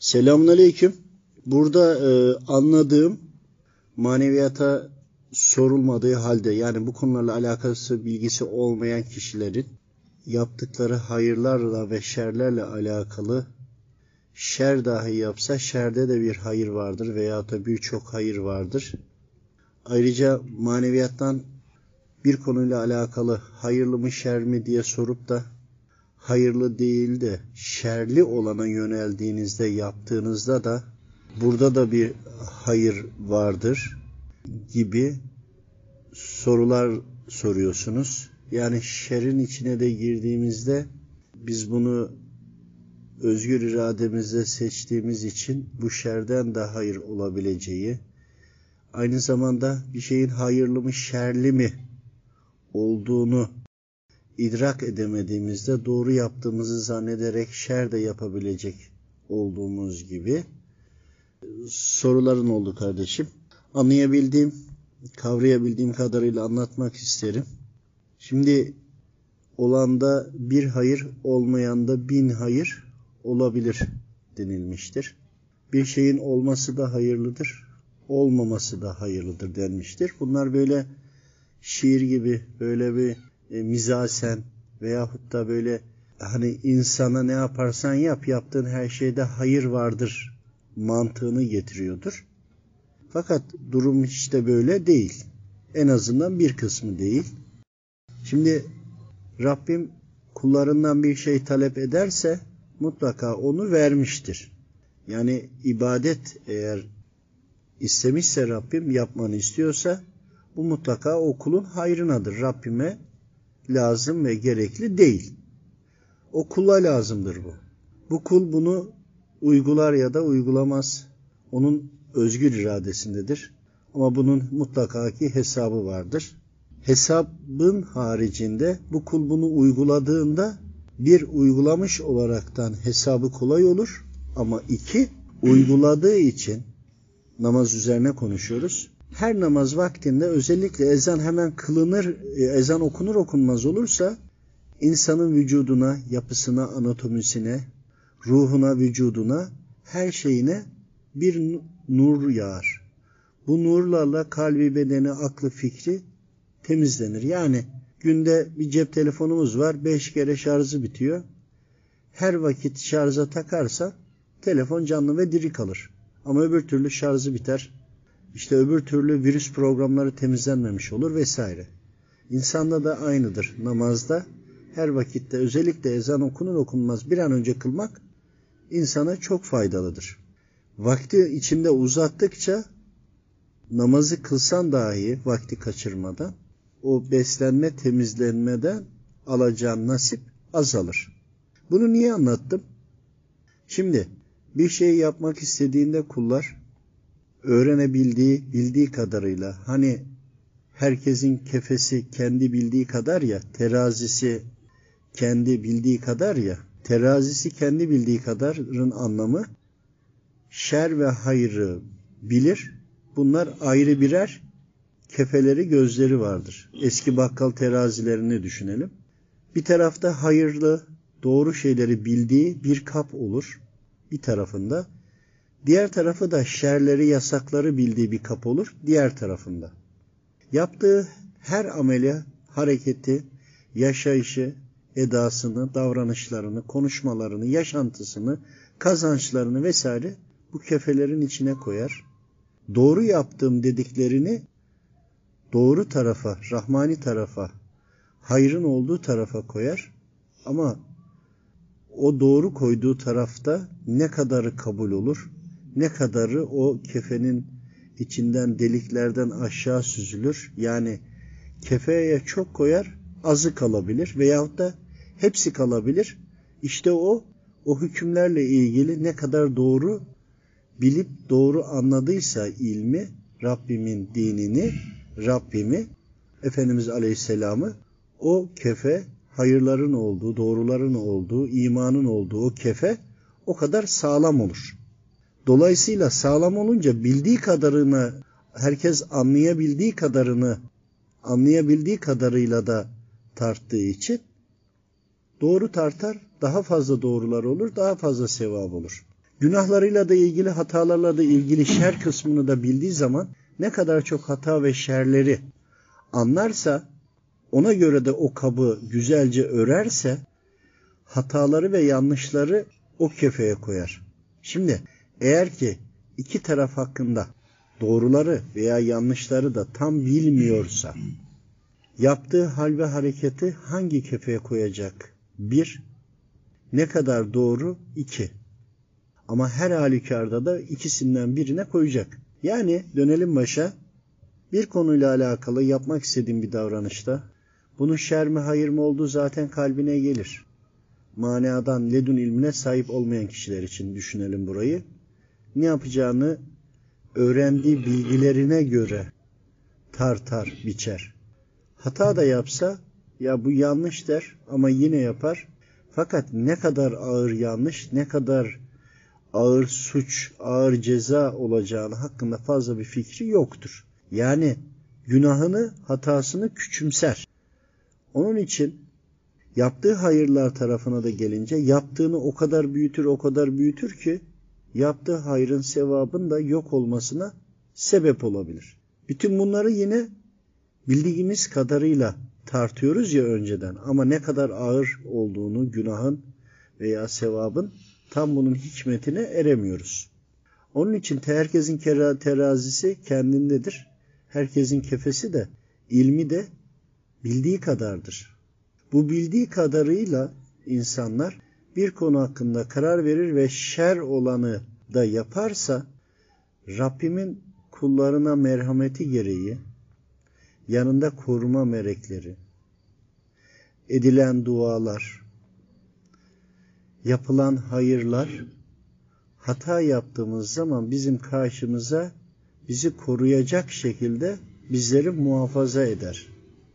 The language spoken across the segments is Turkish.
Selamünaleyküm. Burada anladığım maneviyata sorulmadığı halde, yani bu konularla alakası bilgisi olmayan kişilerin yaptıkları hayırlarla ve şerlerle alakalı, şer dahi yapsa şerde de bir hayır vardır veyahut da birçok hayır vardır. Ayrıca maneviyattan bir konuyla alakalı hayırlı mı şer mi diye sorup da hayırlı değil de şerli olana yöneldiğinizde, yaptığınızda da burada da bir hayır vardır gibi sorular soruyorsunuz. Yani şerin içine de girdiğimizde biz bunu özgür irademizle seçtiğimiz için bu şerden de hayır olabileceği, aynı zamanda bir şeyin hayırlı mı şerli mi olduğunu idrak edemediğimizde doğru yaptığımızı zannederek şer de yapabilecek olduğumuz gibi soruların oldu kardeşim. Anlayabildiğim, kavrayabildiğim kadarıyla anlatmak isterim. Şimdi olanda bir hayır, olmayanda 1000 hayır olabilir denilmiştir. Bir şeyin olması da hayırlıdır, olmaması da hayırlıdır denmiştir. Bunlar böyle şiir gibi, böyle bir mizasen veyahut da böyle hani insana ne yaparsan yap, yaptığın her şeyde hayır vardır mantığını getiriyordur. Fakat durum hiç de böyle değil. En azından bir kısmı değil. Şimdi Rabbim kullarından bir şey talep ederse mutlaka onu vermiştir. Yani ibadet eğer istemişse Rabbim, yapmanı istiyorsa bu mutlaka o kulun hayrınadır. Rabbime lazım ve gerekli değil. O kula lazımdır bu. Bu kul bunu uygular ya da uygulamaz. Onun özgür iradesindedir. Ama bunun mutlaka ki hesabı vardır. Hesabın haricinde bu kul bunu uyguladığında bir, uygulamış olaraktan hesabı kolay olur. Ama iki, uyguladığı için namaz üzerine konuşuyoruz. Her namaz vaktinde özellikle ezan hemen kılınır, ezan okunur okunmaz olursa insanın vücuduna, yapısına, anatomisine, ruhuna, vücuduna, her şeyine bir nur yağar. Bu nurlarla kalbi, bedeni, aklı, fikri temizlenir. Yani günde bir cep telefonumuz var, 5 kere şarjı bitiyor. Her vakit şarja takarsa telefon canlı ve diri kalır. Ama öbür türlü şarjı biter. İşte öbür türlü virüs programları temizlenmemiş olur vesaire. İnsanda da aynıdır. Namazda her vakitte, özellikle ezan okunur okunmaz bir an önce kılmak insana çok faydalıdır. Vakti içinde uzattıkça namazı kılsan dahi vakti kaçırmadan o beslenme, temizlenmeden alacağın nasip azalır. Bunu niye anlattım? Şimdi bir şey yapmak istediğinde kullar öğrenebildiği, bildiği kadarıyla, hani herkesin kefesi kendi bildiği kadar ya, terazisi kendi bildiği kadar ya, terazisi kendi bildiği kadarın anlamı şer ve hayrı bilir. Bunlar ayrı birer kefeleri, gözleri vardır. Eski bakkal terazilerini düşünelim. Bir tarafta hayırlı, doğru şeyleri bildiği bir kap olur bir tarafında. Diğer tarafı da şerleri, yasakları bildiği bir kap olur diğer tarafında. Yaptığı her ameli, hareketi, yaşayışı, edasını, davranışlarını, konuşmalarını, yaşantısını, kazançlarını vesaire bu kefelerin içine koyar. Doğru yaptığım dediklerini doğru tarafa, rahmani tarafa, hayrın olduğu tarafa koyar. Ama o doğru koyduğu tarafta ne kadarı kabul olur, ne kadarı o kefenin içinden, deliklerden aşağı süzülür. Yani kefeye çok koyar, azı kalabilir veyahut da hepsi kalabilir. İşte o hükümlerle ilgili ne kadar doğru bilip doğru anladıysa ilmi, Rabbimin dinini, Rabbimi, Efendimiz Aleyhisselam'ı, o kefe, hayırların olduğu, doğruların olduğu, imanın olduğu o kefe o kadar sağlam olur. Dolayısıyla sağlam olunca bildiği kadarını, herkes anlayabildiği kadarını, anlayabildiği kadarıyla da tarttığı için doğru tartar, daha fazla doğrular olur, daha fazla sevap olur. Günahlarıyla da ilgili, hatalarla da ilgili şer kısmını da bildiği zaman ne kadar çok hata ve şerleri anlarsa, ona göre de o kabı güzelce örerse, hataları ve yanlışları o kefeye koyar. Şimdi eğer ki iki taraf hakkında doğruları veya yanlışları da tam bilmiyorsa, yaptığı hal ve hareketi hangi kefeye koyacak? 1. Ne kadar doğru? 2. Ama her halükarda da ikisinden birine koyacak. Yani dönelim başa, bir konuyla alakalı yapmak istediğin bir davranışta bunun şer mi hayır mı olduğu zaten kalbine gelir. Manadan ledun ilmine sahip olmayan kişiler için düşünelim burayı. Ne yapacağını öğrendiği bilgilerine göre tartar, biçer. Hata da yapsa ya bu yanlış der ama yine yapar. Fakat ne kadar ağır yanlış, ne kadar ağır suç, ağır ceza olacağını hakkında fazla bir fikri yoktur. Yani günahını, hatasını küçümser. Onun için yaptığı hayırlar tarafına da gelince yaptığını o kadar büyütür ki yaptığı hayrın sevabın da yok olmasına sebep olabilir. Bütün bunları yine bildiğimiz kadarıyla tartıyoruz ya önceden, ama ne kadar ağır olduğunu, günahın veya sevabın, tam bunun hikmetine eremiyoruz. Onun için herkesin terazisi kendindedir. Herkesin kefesi de, ilmi de bildiği kadardır. Bu bildiği kadarıyla insanlar bir konu hakkında karar verir ve şer olanı da yaparsa, Rabbimin kullarına merhameti gereği yanında koruma melekleri, edilen dualar, yapılan hayırlar, hata yaptığımız zaman bizim karşımıza bizi koruyacak şekilde bizleri muhafaza eder.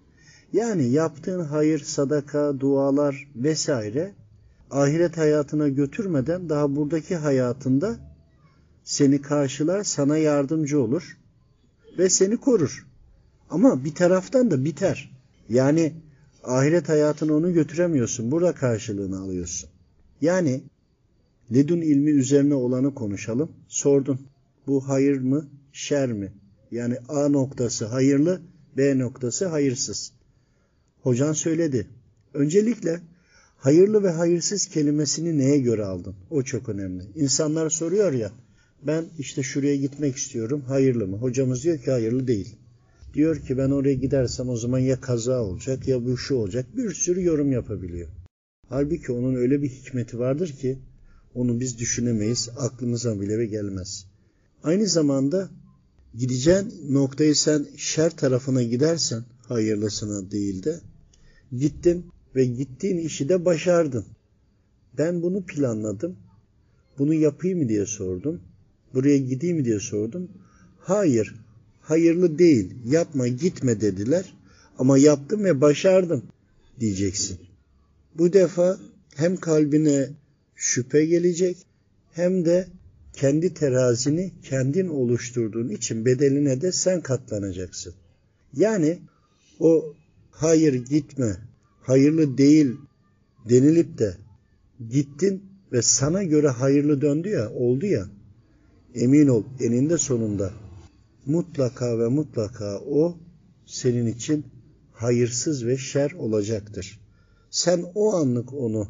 Yani yaptığın hayır, sadaka, dualar vesaire ahiret hayatına götürmeden daha buradaki hayatında seni karşılar, sana yardımcı olur ve seni korur. Ama bir taraftan da biter. Yani ahiret hayatına onu götüremiyorsun. Burada karşılığını alıyorsun. Yani ledun ilmi üzerine olanı konuşalım. Sordun. Bu hayır mı, şer mi? Yani A noktası hayırlı, B noktası hayırsız. Hocan söyledi. Öncelikle hayırlı ve hayırsız kelimesini neye göre aldın? O çok önemli. İnsanlar soruyor ya, ben işte şuraya gitmek istiyorum, hayırlı mı? Hocamız diyor ki hayırlı değil. Diyor ki ben oraya gidersem o zaman ya kaza olacak ya bu şu olacak. Bir sürü yorum yapabiliyor. Halbuki onun öyle bir hikmeti vardır ki onu biz düşünemeyiz, aklımıza bile gelmez. Aynı zamanda gideceğin noktayı sen şer tarafına gidersen, hayırlısına değil de, gittin ve gittiğin işi de başardın. Ben bunu planladım, bunu yapayım mı diye sordum, buraya gideyim mi diye sordum. Hayır, hayırlı değil, yapma, gitme dediler ama yaptım ve başardım diyeceksin. Bu defa hem kalbine şüphe gelecek hem de kendi terazini kendin oluşturduğun için bedeline de sen katlanacaksın. Yani o hayır gitme, hayırlı değil denilip de gittin ve sana göre hayırlı döndü ya, oldu ya, emin ol eninde sonunda mutlaka ve mutlaka o senin için hayırsız ve şer olacaktır. Sen o anlık onu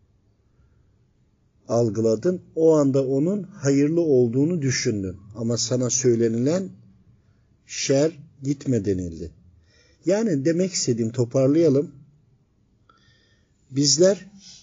algıladın, o anda onun hayırlı olduğunu düşündün. Ama sana söylenilen şer, gitme denildi. Yani demek istediğim, toparlayalım. Bizler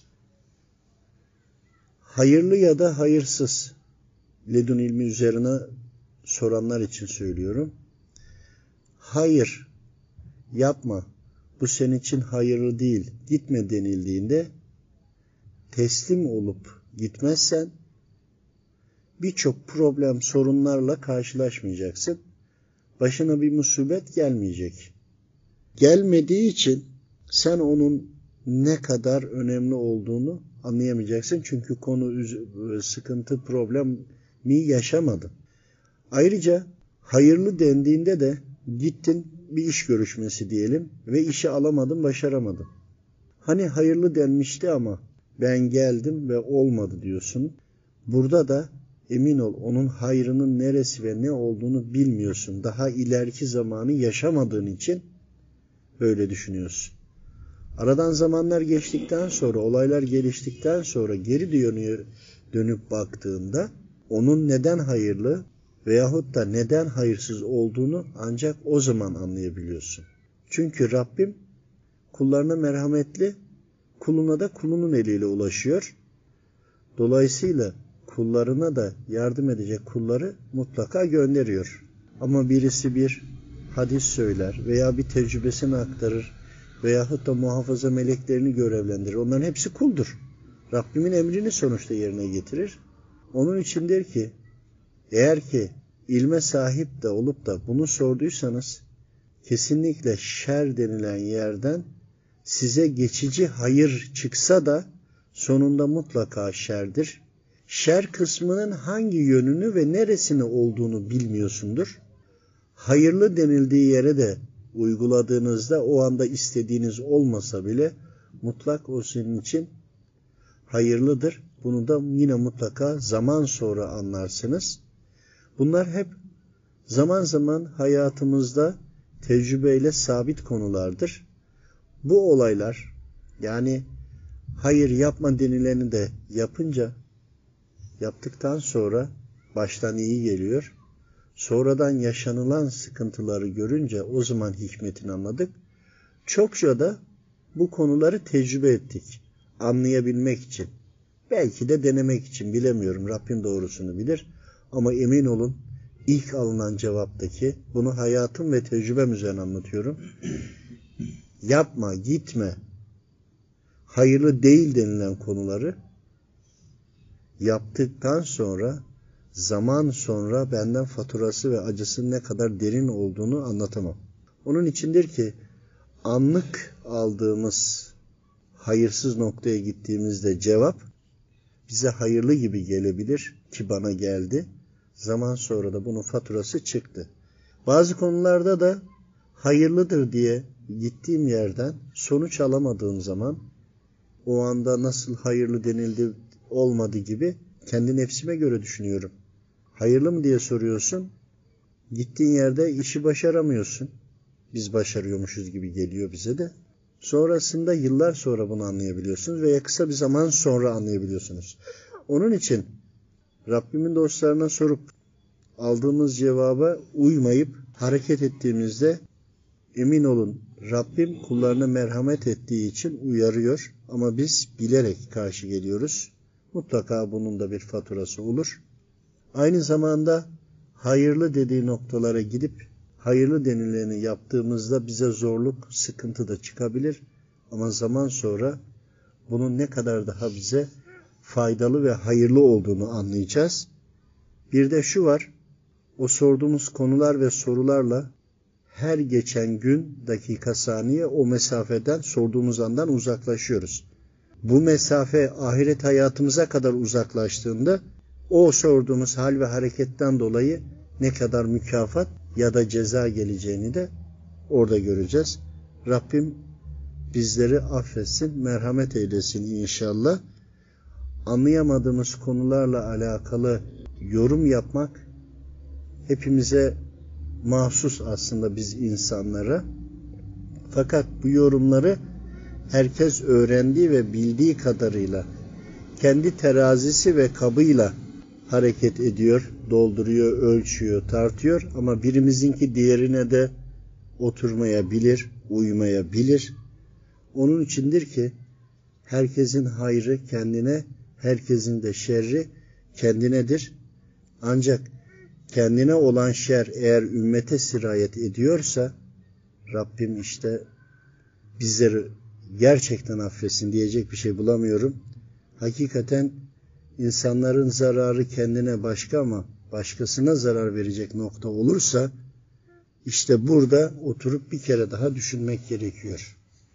hayırlı ya da hayırsız, ledun ilmi üzerine soranlar için söylüyorum. Hayır, yapma, bu senin için hayırlı değil, gitme denildiğinde teslim olup gitmezsen birçok problem, sorunlarla karşılaşmayacaksın. Başına bir musibet gelmeyecek. Gelmediği için sen onun ne kadar önemli olduğunu anlayamayacaksın. Çünkü konu, sıkıntı, problemi yaşamadın. Ayrıca hayırlı dendiğinde de gittin bir iş görüşmesi diyelim ve işi alamadın, başaramadın. Hani hayırlı denmişti ama ben geldim ve olmadı diyorsun. Burada da emin ol onun hayrının neresi ve ne olduğunu bilmiyorsun. Daha ileriki zamanı yaşamadığın için böyle düşünüyorsun. Aradan zamanlar geçtikten sonra, olaylar geliştikten sonra geri dönüp baktığında onun neden hayırlı veyahut da neden hayırsız olduğunu ancak o zaman anlayabiliyorsun. Çünkü Rabbim kullarına merhametli, kuluna da kulunun eliyle ulaşıyor. Dolayısıyla kullarına da yardım edecek kulları mutlaka gönderiyor. Ama birisi bir hadis söyler veya bir tecrübesini aktarır veyahut da muhafaza meleklerini görevlendirir. Onların hepsi kuldur. Rabbimin emrini sonuçta yerine getirir. Onun içindir ki eğer ki ilme sahip de olup da bunu sorduysanız kesinlikle şer denilen yerden size geçici hayır çıksa da sonunda mutlaka şerdir. Şer kısmının hangi yönünü ve neresini olduğunu bilmiyorsundur. Hayırlı denildiği yere de uyguladığınızda o anda istediğiniz olmasa bile mutlak o senin için hayırlıdır. Bunu da yine mutlaka zaman sonra anlarsınız. Bunlar hep zaman zaman hayatımızda tecrübeyle sabit konulardır. Bu olaylar yani hayır yapma denileni de yaptıktan sonra baştan iyi geliyor. Sonradan yaşanılan sıkıntıları görünce o zaman hikmetini anladık. Çokça da bu konuları tecrübe ettik. Anlayabilmek için. Belki de denemek için bilemiyorum. Rabbim doğrusunu bilir. Ama emin olun ilk alınan cevaptaki bunu hayatım ve tecrübem üzerine anlatıyorum. Yapma, gitme, hayırlı değil denilen konuları yaptıktan sonra zaman sonra benden faturası ve acısının ne kadar derin olduğunu anlatamam. Onun içindir ki anlık aldığımız hayırsız noktaya gittiğimizde cevap bize hayırlı gibi gelebilir ki bana geldi. Zaman sonra da bunun faturası çıktı. Bazı konularda da hayırlıdır diye gittiğim yerden sonuç alamadığım zaman o anda nasıl hayırlı denildi olmadı gibi kendi nefsime göre düşünüyorum. Hayırlı mı diye soruyorsun. Gittiğin yerde işi başaramıyorsun. Biz başarıyormuşuz gibi geliyor bize de. Sonrasında yıllar sonra bunu anlayabiliyorsunuz veya kısa bir zaman sonra anlayabiliyorsunuz. Onun için Rabbimin dostlarına sorup aldığımız cevaba uymayıp hareket ettiğimizde emin olun Rabbim kullarına merhamet ettiği için uyarıyor ama biz bilerek karşı geliyoruz. Mutlaka bunun da bir faturası olur. Aynı zamanda hayırlı dediği noktalara gidip hayırlı denileni yaptığımızda bize zorluk, sıkıntı da çıkabilir. Ama zaman sonra bunun ne kadar daha bize faydalı ve hayırlı olduğunu anlayacağız. Bir de şu var, o sorduğumuz konular ve sorularla her geçen gün, dakika, saniye o mesafeden sorduğumuz andan uzaklaşıyoruz. Bu mesafe ahiret hayatımıza kadar uzaklaştığında o sorduğumuz hal ve hareketten dolayı ne kadar mükafat ya da ceza geleceğini de orada göreceğiz. Rabbim bizleri affetsin, merhamet eylesin inşallah. Anlayamadığımız konularla alakalı yorum yapmak hepimize mahsus aslında biz insanlara. Fakat bu yorumları herkes öğrendiği ve bildiği kadarıyla kendi terazisi ve kabıyla hareket ediyor, dolduruyor, ölçüyor, tartıyor ama birimizinki diğerine de oturmayabilir, uymayabilir. Onun içindir ki herkesin hayrı kendine, herkesin de şerri kendinedir. Ancak kendine olan şer eğer ümmete sirayet ediyorsa Rabbim işte bizleri gerçekten affetsin diyecek bir şey bulamıyorum. Hakikaten insanların zararı kendine başka ama başkasına zarar verecek nokta olursa işte burada oturup bir kere daha düşünmek gerekiyor.